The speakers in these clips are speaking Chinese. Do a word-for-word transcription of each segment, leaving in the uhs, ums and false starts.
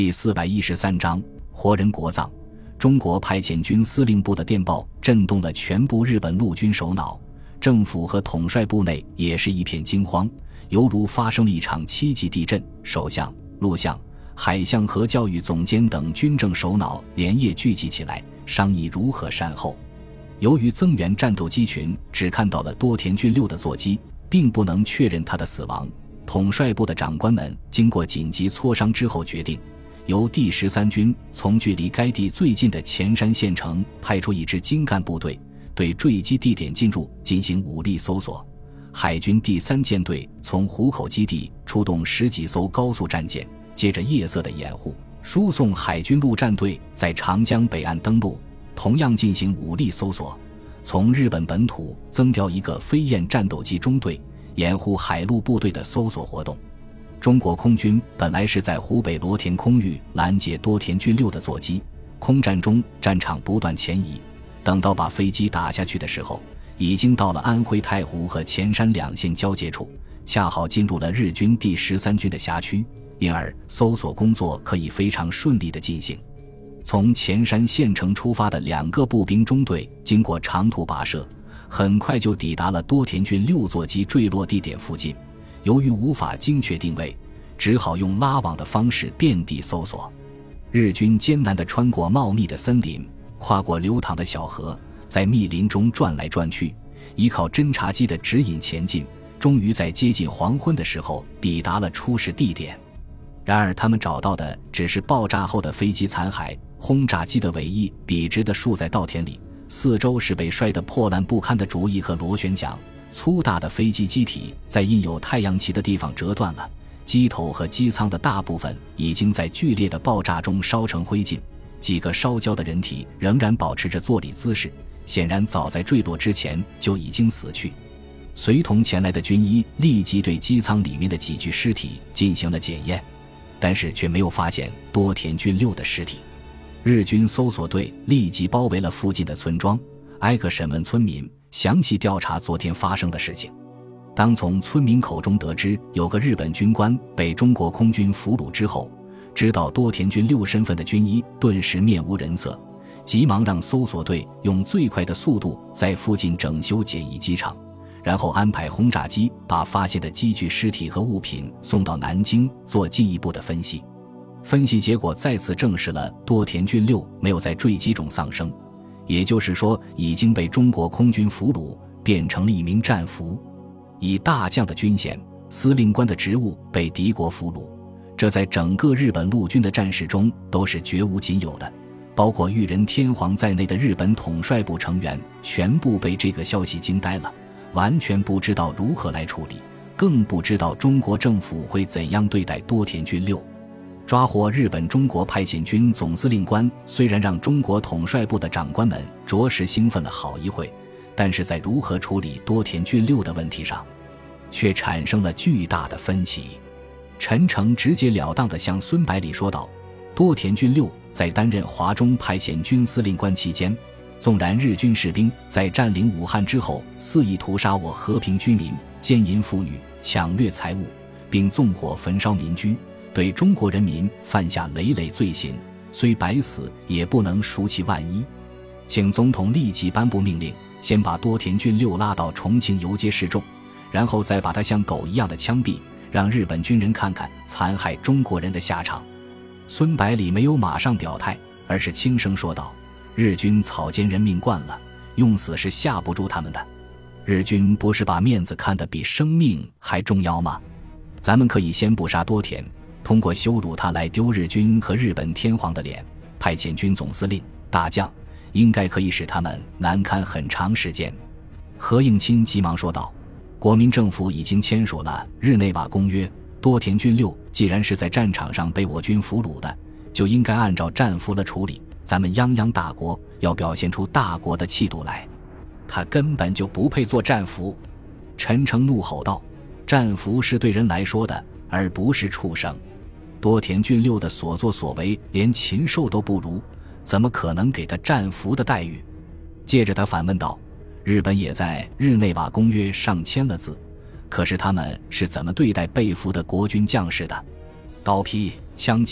第四百一十三章活人国葬。中国派遣军司令部的电报震动了全部日本陆军首脑，政府和统帅部内也是一片惊慌，犹如发生了一场七级地震。首相、陆相、海相和教育总监等军政首脑连夜聚集起来，商议如何善后。由于增援战斗机群只看到了多田骏六的座机，并不能确认他的死亡，统帅部的长官们经过紧急磋商之后决定，由第十三军从距离该地最近的前山县城派出一支精干部队，对坠机地点进入进行武力搜索。海军第三舰队从湖口基地出动十几艘高速战舰，借着夜色的掩护，输送海军陆战队在长江北岸登陆，同样进行武力搜索。从日本本土增调一个飞燕战斗机中队，掩护海陆部队的搜索活动。中国空军本来是在湖北罗田空域拦截多田骏六的座机，空战中战场不断前移，等到把飞机打下去的时候，已经到了安徽太湖和前山两线交界处，恰好进入了日军第十三军的辖区，因而搜索工作可以非常顺利地进行。从前山县城出发的两个步兵中队经过长途跋涉，很快就抵达了多田骏六座机坠落地点附近。由于无法精确定位，只好用拉网的方式遍地搜索。日军艰难地穿过茂密的森林，跨过流淌的小河，在密林中转来转去，依靠侦察机的指引前进，终于在接近黄昏的时候抵达了出事地点。然而他们找到的只是爆炸后的飞机残骸，轰炸机的尾翼笔直地竖在稻田里，四周是被摔得破烂不堪的主翼和螺旋桨，粗大的飞机机体在印有太阳旗的地方折断了，机头和机舱的大部分已经在剧烈的爆炸中烧成灰烬，几个烧焦的人体仍然保持着坐立姿势，显然早在坠落之前就已经死去。随同前来的军医立即对机舱里面的几具尸体进行了检验，但是却没有发现多田骏六的尸体。日军搜索队立即包围了附近的村庄，挨个审问村民，详细调查昨天发生的事情。当从村民口中得知有个日本军官被中国空军俘虏之后，知道多田骏六身份的军医顿时面无人色，急忙让搜索队用最快的速度在附近整修简易机场，然后安排轰炸机把发现的机具尸体和物品送到南京做进一步的分析。分析结果再次证实了多田骏六没有在坠机中丧生，也就是说已经被中国空军俘虏，变成了一名战俘。以大将的军衔、司令官的职务被敌国俘虏，这在整个日本陆军的战士中都是绝无仅有的，包括裕仁天皇在内的日本统帅部成员全部被这个消息惊呆了，完全不知道如何来处理，更不知道中国政府会怎样对待多田骏六。抓获日本中国派遣军总司令官虽然让中国统帅部的长官们着实兴奋了好一会，但是在如何处理多田骏六的问题上却产生了巨大的分歧。陈诚直截了当地向孙百里说道，多田骏六在担任华中派遣军司令官期间，纵然日军士兵在占领武汉之后肆意屠杀我和平居民，奸淫妇女，抢掠财物，并纵火焚烧民居，对中国人民犯下累累罪行，虽百死也不能赎其万一，请总统立即颁布命令，先把多田骏六拉到重庆游街示众，然后再把他像狗一样的枪毙，让日本军人看看残害中国人的下场。孙百里没有马上表态，而是轻声说道，日军草菅人命惯了，用死是吓不住他们的。日军不是把面子看得比生命还重要吗？咱们可以先不杀多田，通过羞辱他来丢日军和日本天皇的脸，派遣军总司令、大将，应该可以使他们难堪很长时间。何应钦急忙说道，国民政府已经签署了日内瓦公约，多田骏六既然是在战场上被我军俘虏的，就应该按照战俘了处理，咱们泱泱大国要表现出大国的气度来。他根本就不配做战俘。陈诚怒吼道，战俘是对人来说的，而不是畜生。多田骏六的所作所为连禽兽都不如，怎么可能给他战俘的待遇？接着他反问道，日本也在日内瓦公约上签了字，可是他们是怎么对待被俘的国军将士的？刀劈、枪击、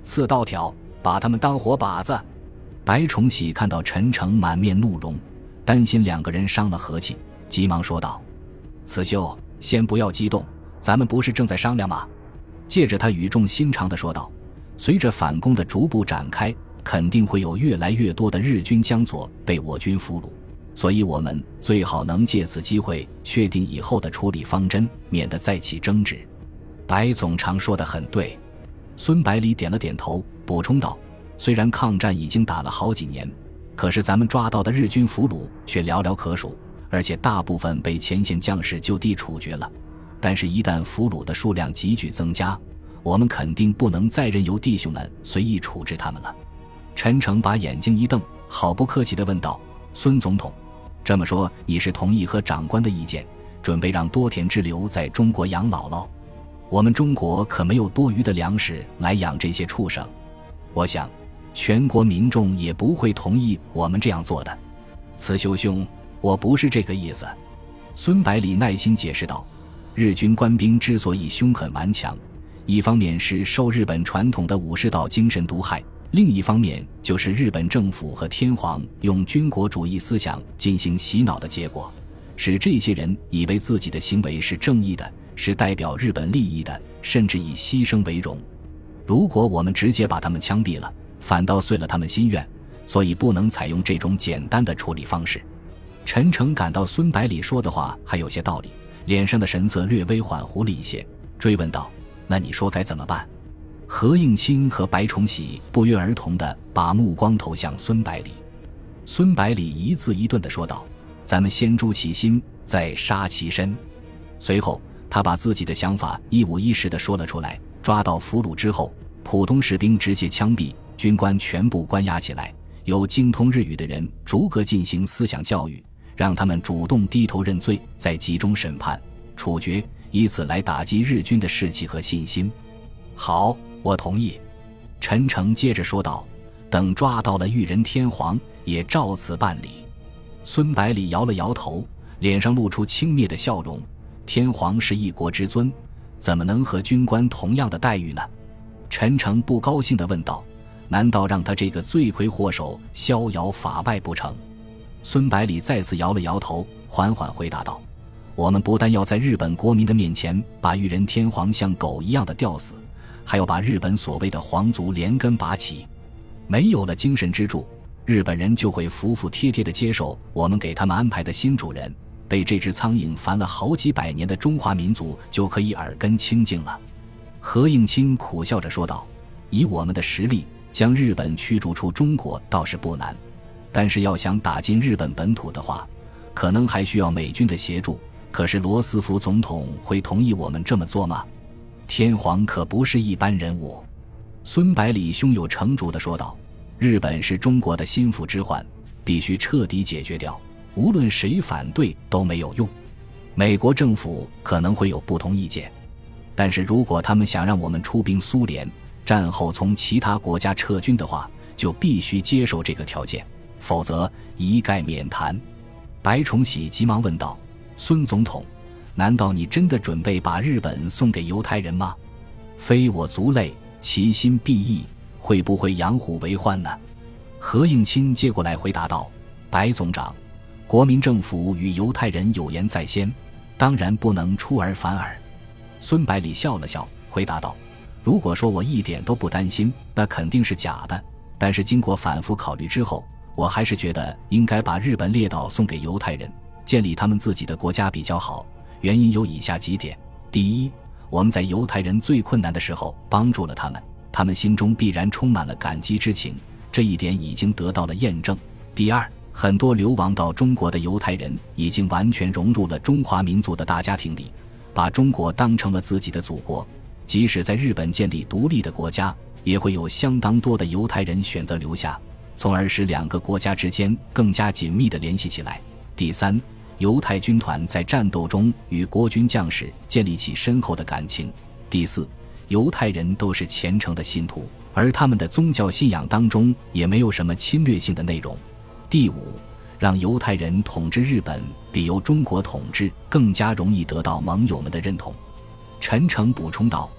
刺刀条，把他们当活靶子。白崇禧看到陈诚满面怒容，担心两个人伤了和气，急忙说道：慈兄，先不要激动，咱们不是正在商量吗？接着他语重心长地说道：随着反攻的逐步展开，肯定会有越来越多的日军将佐被我军俘虏，所以我们最好能借此机会确定以后的处理方针，免得再起争执。白总长说得很对。孙百里点了点头，补充道：虽然抗战已经打了好几年，可是咱们抓到的日军俘虏却寥寥可数，而且大部分被前线将士就地处决了。但是一旦俘虏的数量急剧增加，我们肯定不能再任由弟兄们随意处置他们了。陈诚把眼睛一瞪，毫不客气地问道：孙总统，这么说你是同意和长官的意见，准备让多田支流在中国养老了？我们中国可没有多余的粮食来养这些畜生，我想全国民众也不会同意我们这样做的。慈修兄，我不是这个意思。孙百里耐心解释道：日军官兵之所以凶狠顽强，一方面是受日本传统的武士道精神毒害，另一方面就是日本政府和天皇用军国主义思想进行洗脑的结果，使这些人以为自己的行为是正义的，是代表日本利益的，甚至以牺牲为荣。如果我们直接把他们枪毙了，反倒遂了他们心愿，所以不能采用这种简单的处理方式。陈诚感到孙百里说的话还有些道理，脸上的神色略微缓和了一些，追问道：那你说该怎么办？何应钦和白崇禧不约而同地把目光投向孙百里。孙百里一字一顿地说道：咱们先诛其心，再杀其身。随后他把自己的想法一五一十地说了出来：抓到俘虏之后，普通士兵直接枪毙，军官全部关押起来，由精通日语的人逐个进行思想教育，让他们主动低头认罪，再集中审判处决，以此来打击日军的士气和信心。好，我同意。陈诚接着说道：等抓到了裕仁天皇，也照此办理。孙百里摇了摇头，脸上露出轻蔑的笑容：天皇是一国之尊，怎么能和军官同样的待遇呢？陈诚不高兴地问道：难道让他这个罪魁祸首逍遥法外不成？孙百里再次摇了摇头，缓缓回答道：我们不但要在日本国民的面前把裕仁天皇像狗一样的吊死，还要把日本所谓的皇族连根拔起。没有了精神支柱，日本人就会服服帖帖地接受我们给他们安排的新主人，被这只苍蝇烦了好几百年的中华民族就可以耳根清净了。何应钦苦笑着说道：以我们的实力，将日本驱逐出中国倒是不难，但是要想打进日本本土的话，可能还需要美军的协助。可是罗斯福总统会同意我们这么做吗？天皇可不是一般人物。孙百里胸有成竹地说道：日本是中国的心腹之患，必须彻底解决掉，无论谁反对都没有用。美国政府可能会有不同意见，但是如果他们想让我们出兵苏联，战后从其他国家撤军的话，就必须接受这个条件，否则一概免谈。白崇禧急忙问道：孙总统，难道你真的准备把日本送给犹太人吗？非我族类，其心必异，会不会养虎为患呢？何应钦接过来回答道：白总长，国民政府与犹太人有言在先，当然不能出尔反尔。孙百里笑了笑，回答道：如果说我一点都不担心，那肯定是假的，但是经过反复考虑之后，我还是觉得应该把日本列岛送给犹太人，建立他们自己的国家比较好。原因有以下几点：第一，我们在犹太人最困难的时候帮助了他们，他们心中必然充满了感激之情，这一点已经得到了验证。第二，很多流亡到中国的犹太人已经完全融入了中华民族的大家庭里，把中国当成了自己的祖国，即使在日本建立独立的国家，也会有相当多的犹太人选择留下，从而使两个国家之间更加紧密地联系起来。第三，犹太军团在战斗中与国军将士建立起深厚的感情。第四，犹太人都是虔诚的信徒，而他们的宗教信仰当中也没有什么侵略性的内容。第五，让犹太人统治日本比由中国统治更加容易得到盟友们的认同。陈诚补充道：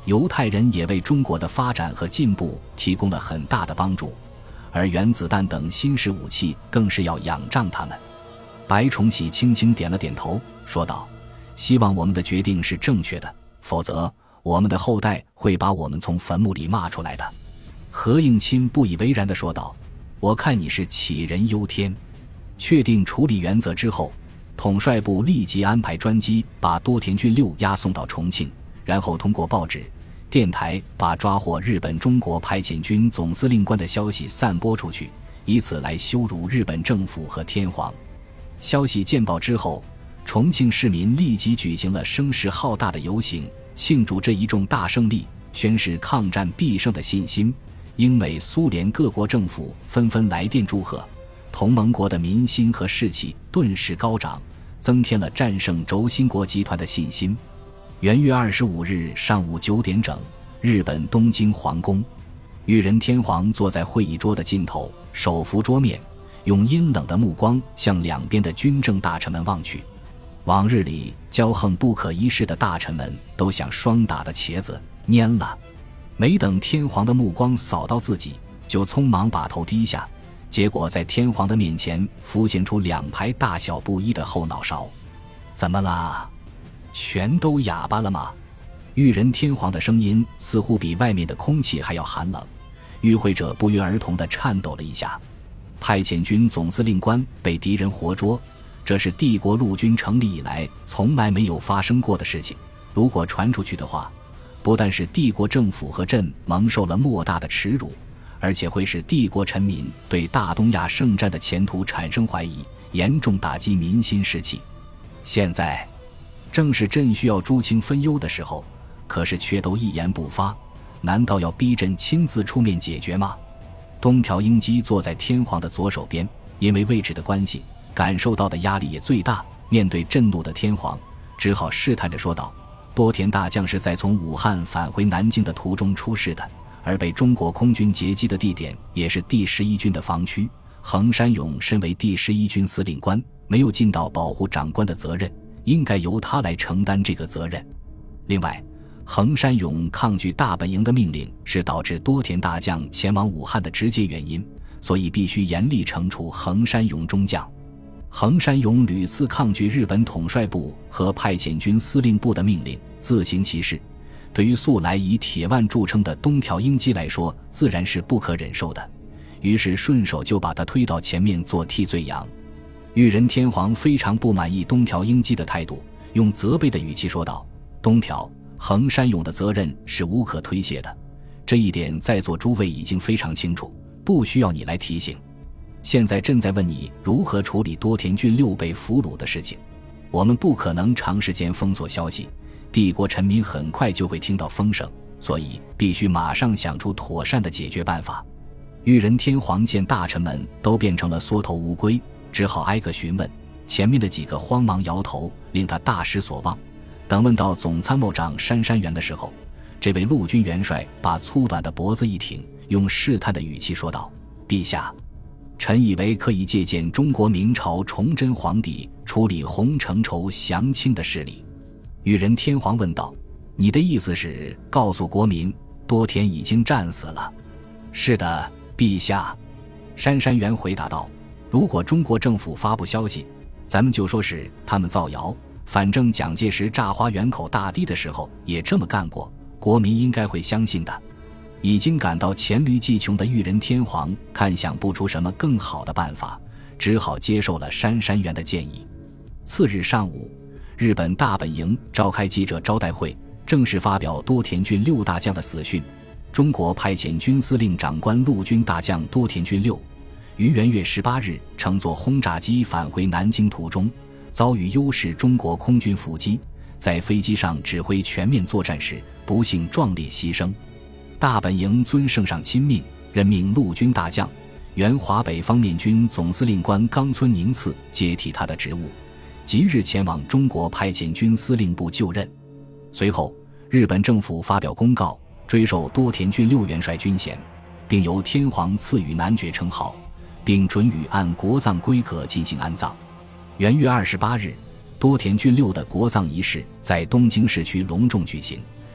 犹太人也为中国的发展和进步提供了很大的帮助，而原子弹等新式武器更是要仰仗他们。白崇禧轻轻点了点头，说道：希望我们的决定是正确的，否则我们的后代会把我们从坟墓里骂出来的。何应钦不以为然地说道：我看你是杞人忧天。确定处理原则之后，统帅部立即安排专机把多田骏六押送到重庆，然后通过报纸电台把抓获日本中国派遣军总司令官的消息散播出去，以此来羞辱日本政府和天皇。消息见报之后，重庆市民立即举行了声势浩大的游行，庆祝这一重大胜利，宣示抗战必胜的信心。英美苏联各国政府纷纷来电祝贺，同盟国的民心和士气顿时高涨，增添了战胜轴心国集团的信心。元月二十五日上午九点整，日本东京皇宫，裕仁天皇坐在会议桌的尽头，手扶桌面，用阴冷的目光向两边的军政大臣们望去。往日里骄横不可一世的大臣们都像霜打的茄子，蔫了。没等天皇的目光扫到自己，就匆忙把头低下，结果在天皇的面前浮现出两排大小不一的后脑勺。怎么啦？全都哑巴了吗？裕仁天皇的声音似乎比外面的空气还要寒冷，与会者不约而同地颤抖了一下。派遣军总司令官被敌人活捉，这是帝国陆军成立以来从来没有发生过的事情。如果传出去的话，不但是帝国政府和朕蒙受了莫大的耻辱，而且会使帝国臣民对大东亚圣战的前途产生怀疑，严重打击民心士气。现在正是朕需要诸情分忧的时候，可是却都一言不发，难道要逼朕亲自出面解决吗？东条英机坐在天皇的左手边，因为位置的关系，感受到的压力也最大。面对震怒的天皇，只好试探着说道：多田大将是在从武汉返回南京的途中出事的，而被中国空军截击的地点也是第十一军的防区。横山勇身为第十一军司令官，没有尽到保护长官的责任，应该由他来承担这个责任。另外，横山勇抗拒大本营的命令是导致多田大将前往武汉的直接原因，所以必须严厉惩处横山勇中将。横山勇屡次抗拒日本统帅部和派遣军司令部的命令，自行其事，对于素来以铁腕著称的东条英机来说，自然是不可忍受的，于是顺手就把他推到前面做替罪羊。裕仁天皇非常不满意东条英机的态度，用责备的语气说道：东条，横山勇的责任是无可推卸的，这一点在座诸位已经非常清楚，不需要你来提醒。现在朕在问你如何处理多田骏六被俘虏的事情，我们不可能长时间封锁消息，帝国臣民很快就会听到风声，所以必须马上想出妥善的解决办法。裕仁天皇见大臣们都变成了缩头乌龟，只好挨个询问，前面的几个慌忙摇头，令他大失所望。等问到总参谋长杉山元的时候，这位陆军元帅把粗短的脖子一挺，用试探的语气说道：陛下，臣以为可以借鉴中国明朝崇祯皇帝处理洪承畴降清的事例。裕仁天皇问道：你的意思是告诉国民多田已经战死了？是的，陛下。杉山元回答道：如果中国政府发布消息，咱们就说是他们造谣，反正蒋介石炸花园口大堤的时候也这么干过，国民应该会相信的。已经感到黔驴技穷的裕仁天皇看想不出什么更好的办法，只好接受了杉山元的建议。次日上午，日本大本营召开记者招待会，正式发表多田骏六大将的死讯。中国派遣军司令长官陆军大将多田骏六于元月十八日乘坐轰炸机返回南京途中，遭遇优势中国空军伏击，在飞机上指挥全面作战时不幸壮烈牺牲。大本营遵圣上亲命，任命陆军大将、原华北方面军总司令官冈村宁次接替他的职务，即日前往中国派遣军司令部就任。随后，日本政府发表公告，追授多田骏六元帅军衔，并由天皇赐予男爵称号，并准予按国葬规格进行安葬。元月二十八日，多田骏六的国葬仪式在东京市区隆重举行，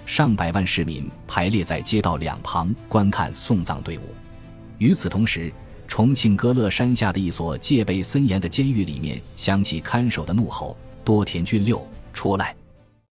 上百万市民排列在街道两旁观看送葬队伍。与此同时，重庆歌乐山下的一所戒备森严的监狱里面响起看守的怒吼：多田君六，出来！